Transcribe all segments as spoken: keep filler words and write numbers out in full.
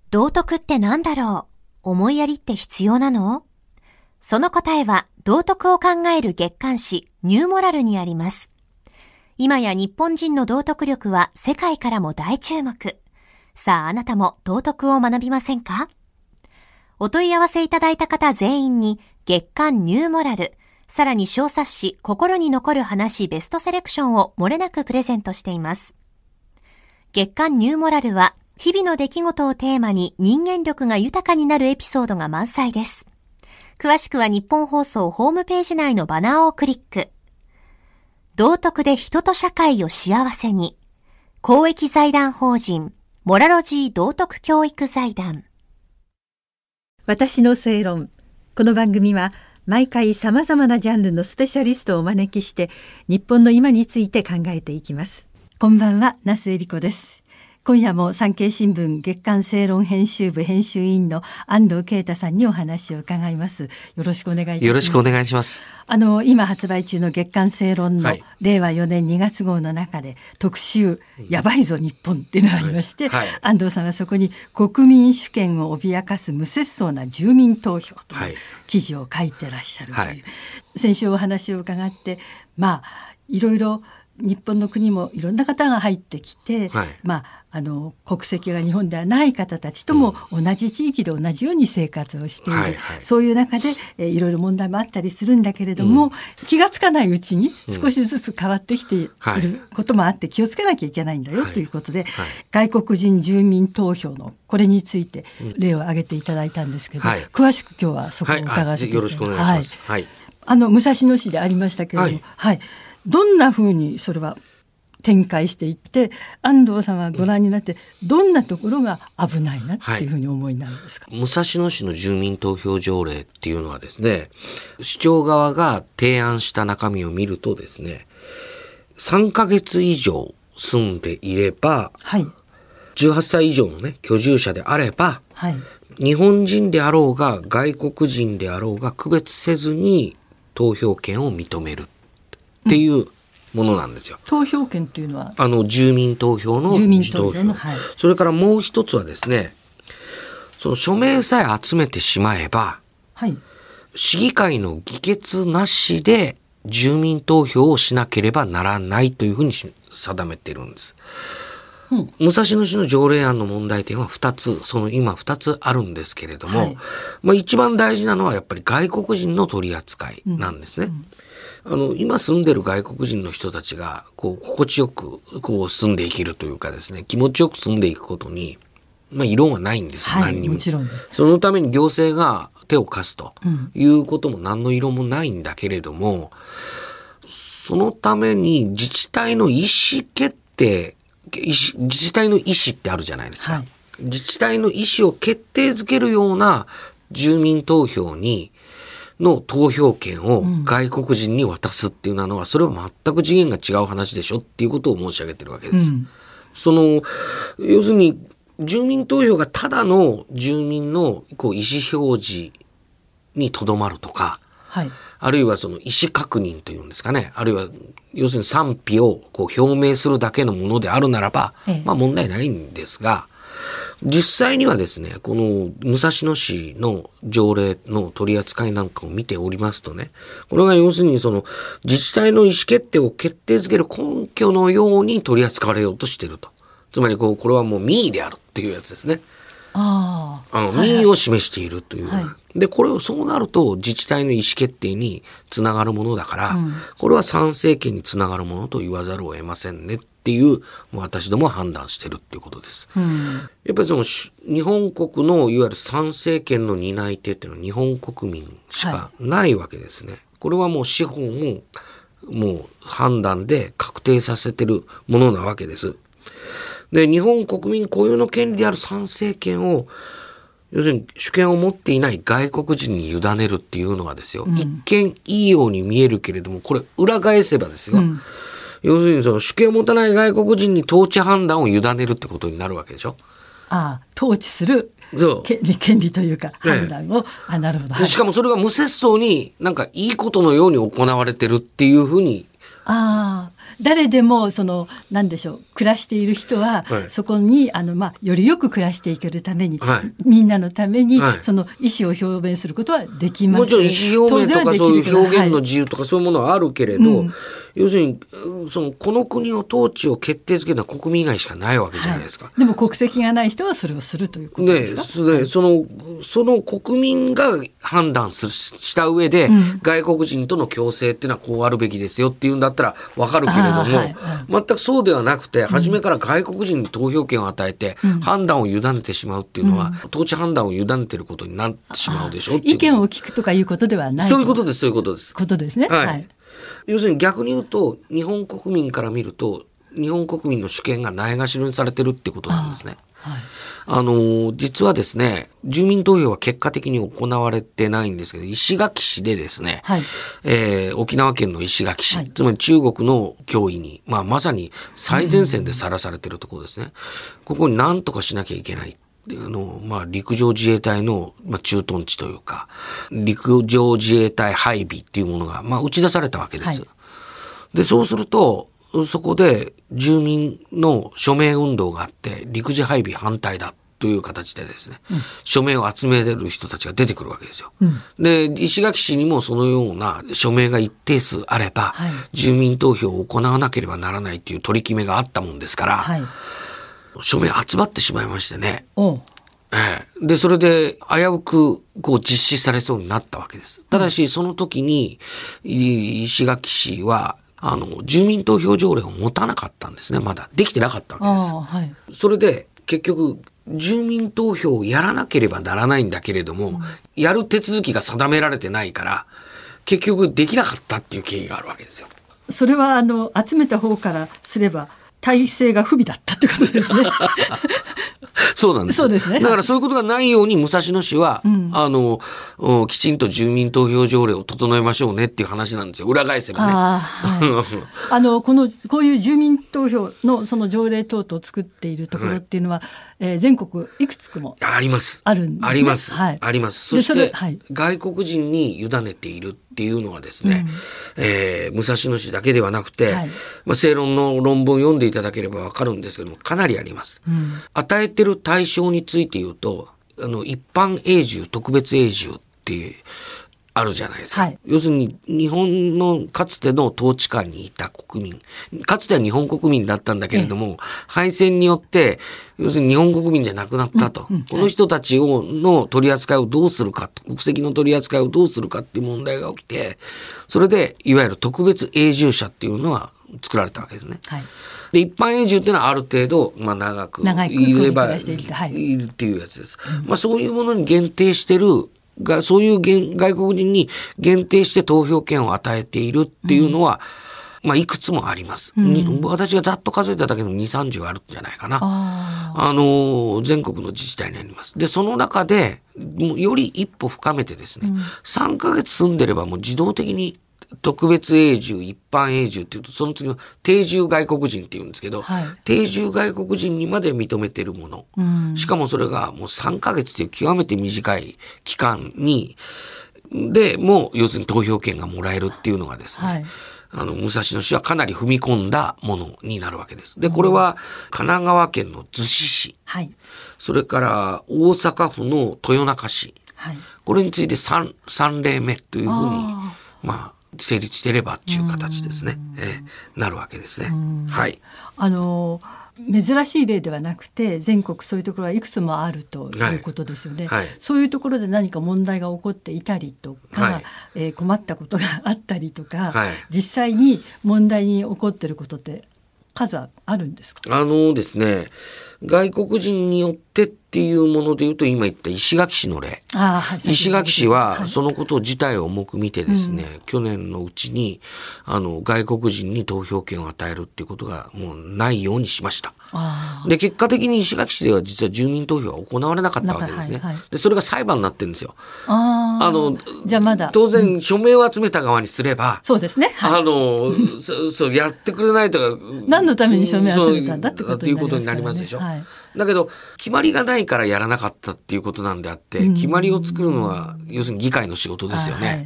道徳って何だろう？思いやりって必要なの？その答えは道徳を考える月刊誌ニューモラルにあります。今や日本人の道徳力は世界からも大注目。さああなたも道徳を学びませんか？お問い合わせいただいた方全員に月刊ニューモラル、さらに小冊子心に残る話ベストセレクションを漏れなくプレゼントしています。月刊ニューモラルは日々の出来事をテーマに人間力が豊かになるエピソードが満載です。詳しくは日本放送ホームページ内のバナーをクリック。道徳で人と社会を幸せに。公益財団法人モラロジー道徳教育財団。 私の正論。この番組は毎回さまざまなジャンルのスペシャリストをお招きして日本の今について考えていきます。こんばんは、那須恵理子です。今夜も産経新聞月刊正論編集部編集員の安藤啓太さんにお話を伺います。よろしくお願いいたします。 よろしくお願いします。 あの今発売中の月刊正論のれいわよねんにがつ号の中で特集、やばいぞ日本っていうのがありまして、はいはい、安藤さんはそこに国民主権を脅かす無節操な住民投票という記事を書いてらっしゃるという、はい、先週お話を伺ってまあいろいろ日本の国もいろんな方が入ってきて、はい、まあ、あの国籍が日本ではない方たちとも同じ地域で同じように生活をしている、はいはい、そういう中で、えー、いろいろ問題もあったりするんだけれども、うん、気がつかないうちに少しずつ変わってきていることもあって気をつけなきゃいけないんだよ、はい、ということで、はい、外国人住民投票のこれについて例を挙げていただいたんですけど、はい、詳しく今日はそこを伺わせていただきます。 よろしくお願いします。はい、 あの武蔵野市でありましたけれども、はいはい、どんなふうにそれは展開していって安藤さんはご覧になってどんなところが危ないなっていうふうに思いになるんですか？ はい、武蔵野市の住民投票条例っていうのはですね、市長側が提案した中身を見るとですね、さんかげつ以上住んでいれば、はい、じゅうはっさい以上のね居住者であれば、はい、日本人であろうが外国人であろうが区別せずに投票権を認めるっていうものなんですよ。 投票権というのはあの住民投票の住民投票の、はい、 それからもう一つはですね、その署名さえ集めてしまえば、はい、市議会の議決なしで住民投票をしなければならないというふうに定めているんです。うん、武蔵野市の条例案の問題点はふたつ、その今ふたつあるんですけれども、はい、まあ、一番大事なのはやっぱり外国人の取り扱いなんですね。うんうん、あの今住んでる外国人の人たちがこう心地よくこう住んでいけるというかですね、気持ちよく住んでいくことに、まあ、異論はないんです、 はい、 何にも。 もちろんです。 そのために行政が手を貸すということも何の異論もないんだけれども、うん、そのために自治体の意思決定、意思自治体の意思ってあるじゃないですか。はい、自治体の意思を決定づけるような住民投票にの投票権を外国人に渡すっていうのは、それは全く次元が違う話でしょっていうことを申し上げてるわけです。うん、その要するに住民投票がただの住民のこう意思表示にとどまるとか、はい、あるいはその意思確認というんですかね、あるいは要するに賛否をこう表明するだけのものであるならば、ええ、まあ問題ないんですが、実際にはですね、この武蔵野市の条例の取り扱いなんかを見ておりますとね、これが要するにその自治体の意思決定を決定づける根拠のように取り扱われようとしていると。つまりこうこれはもう民意であるっていうやつですね。ああの民意を示しているという、はいはい、でこれをそうなると自治体の意思決定につながるものだから、うん、これは参政権につながるものと言わざるを得ませんねっていう、もう私どもは判断してるっていうことです。うん、やっぱりその日本国のいわゆる参政権の担い手っていうのは日本国民しかないわけですね。はい、これはもう司法ももう判断で確定させてるものなわけです。で、日本国民固有の権利である参政権を、要するに主権を持っていない外国人に委ねるっていうのはですよ、うん、一見いいように見えるけれども、これ裏返せばですよ、うん、要するにその主権を持たない外国人に統治判断を委ねるってことになるわけでしょ。 ああ、統治する権利、権利というか判断を、ね、あ、なるほど、はい、 しかもそれが無節操になんかいいことのように行われてるっていうふうに、 ああ、 誰でもその何でしょう暮らしている人は、はい、そこにあの、まあ、よりよく暮らしていけるために、はい、みんなのために、はい、その意思を表現することはできます。 もちろん意思表明とかそういう表現の自由とかそういうものはあるけれど、はい、うん、要するにそのこの国の統治を決定づけるのは国民以外しかないわけじゃないですか、はい、 でも国籍がない人はそれをするということですか。 で、でそのその国民が判断するした上で、うん、外国人との共生っていうのはこうあるべきですよっていうんだったら分かるけれども、はいはい、全くそうではなくて、初めから外国人に投票権を与えて、うん、判断を委ねてしまうっていうのは、うん、統治判断を委ねてることになってしまうでしょ。 意見を聞くとかいうことではない。 そういうことです、そういうことです。 ことですね。はい。はい、 要するに逆に言うと、日本国民から見ると、日本国民の主権がないがしろにされてるってことなんですね。あ、はい、あの実はですね、住民投票は結果的に行われてないんですけど、石垣市でですね、はい、えー、沖縄県の石垣市、はい、つまり中国の脅威に、まあ、まさに最前線でさらされてるところですね、うん、ここに何とかしなきゃいけない。あのまあ、陸上自衛隊の、まあ、駐屯地というか、陸上自衛隊配備っていうものが、まあ、打ち出されたわけです。はい、で、そうすると、そこで住民の署名運動があって、陸自配備反対だという形でですね、うん、署名を集める人たちが出てくるわけですよ。うん、で、石垣市にもそのような署名が一定数あれば、はい、住民投票を行わなければならないという取り決めがあったもんですから、はい、署名集まってしまいましてね。ええ、で、それで危うくこう実施されそうになったわけです。ただし、その時に石垣市はあの住民投票条例を持たなかったんですね。まだできてなかったわけです。はい、それで結局住民投票をやらなければならないんだけれども、うん、やる手続きが定められてないから結局できなかったっていう経緯があるわけですよ。 それはあの集めた方からすれば体制が不備だったってことですね。 そうなんです。 そうですね。 だからそういうことがないように武蔵野市は、うん、あのきちんと住民投票条例を整えましょうねっていう話なんですよ。裏返せばね。あ、はい、 あのこのこういう住民投票のその条例等々を作っているところっていうのは、はい、えー、全国いくつくもあります。 あるんですね。 あります。 はい、 あります。そして、はい、外国人に委ねているっていうのはですね、うん、えー、武蔵野市だけではなくて、はい、まあ、正論の論文を読んでいただければわかるんですけども、かなりあります。うん、与えてる対象について言うと、あの一般永住、特別永住っていうあるじゃないですか、はい、要するに日本のかつての統治下にいた国民、かつては日本国民だったんだけれども、ええ、敗戦によって要するに日本国民じゃなくなったと、うんうん、この人たちをの取り扱いをどうするか、国籍の取り扱いをどうするかっていう問題が起きて、それでいわゆる特別永住者っていうのは作られたわけですね。はい、で一般永住っていうのはある程度、まあ、長くいればいるっていうやつです。うん、まあ、そういうものに限定してるが、そういう外国人に限定して投票権を与えているっていうのは、うん、まあ、いくつもあります、うん、私がざっと数えただけでもにじゅう、さんじゅうあるんじゃないかな。あ、あの全国の自治体にあります。でその中でより一歩深めてですね、うん、さんかげつ住んでればもう自動的に特別永住、一般永住っていうと、その次の定住外国人っていうんですけど、はい、定住外国人にまで認めているもの、うん、しかもそれがもうさんかげつという極めて短い期間にでもう要するに投票権がもらえるっていうのがですね、はい、あの武蔵野市はかなり踏み込んだものになるわけです。でこれは神奈川県の逗子市、はい、それから大阪府の豊中市、はい、これについて 3, 3例目というふうにまあ成立していればっていう形ですね、えー、なるわけですね。はい、 あの珍しい例ではなくて全国そういうところはいくつもあるということですよね。はいはい、そういうところで何か問題が起こっていたりとか、はい、えー、困ったことがあったりとか、はい、実際に問題に起こっていることって数あるんですか？ あのですね、外国人によってっていうものでいうと今言った石垣市の例、あ、はい、石垣市はそのこと自体を重く見てですね、はい、去年のうちにあの外国人に投票権を与えるっていうことがもうないようにしました。あ、で結果的に石垣市では実は住民投票は行われなかったわけですね。はいはい、でそれが裁判になってるんですよ。ああのじゃあまだ当然署名を集めた側にすれば、 うん、そうですね、 はい、あのそそうやってくれないとか何のために署名を集めたんだってことになりますからね。 ということになりますでしょ。はい、だけど決まりがないからやらなかったっていうことなんであって、うん、決まりを作るのは要するに議会の仕事ですよね。はい、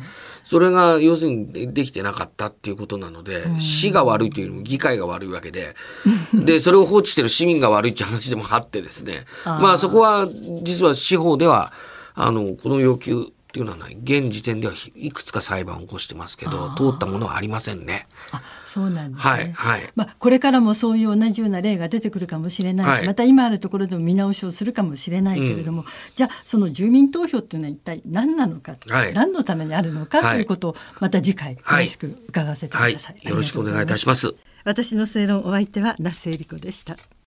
それが要するにできてなかったっていうことなので、市が悪いというよりも議会が悪いわけで、で、それを放置してる市民が悪いっていう話でもあってですね、あまあそこは実は司法では、あの、この要求っていうのはない、現時点ではいくつか裁判を起こしてますけど、通ったものはありませんね。 あ、そうなんですね。 はいはい。 まあ、これからもそういう同じような例が出てくるかもしれないし、はい、また今あるところでも見直しをするかもしれないけれども、うん、じゃあその住民投票っていうのは一体何なのか、はい、何のためにあるのか、はい、ということをまた次回詳しく伺わせてください。 はいはい、よろしくお願いいたします。 私の正論、お相手は那須恵理子でした。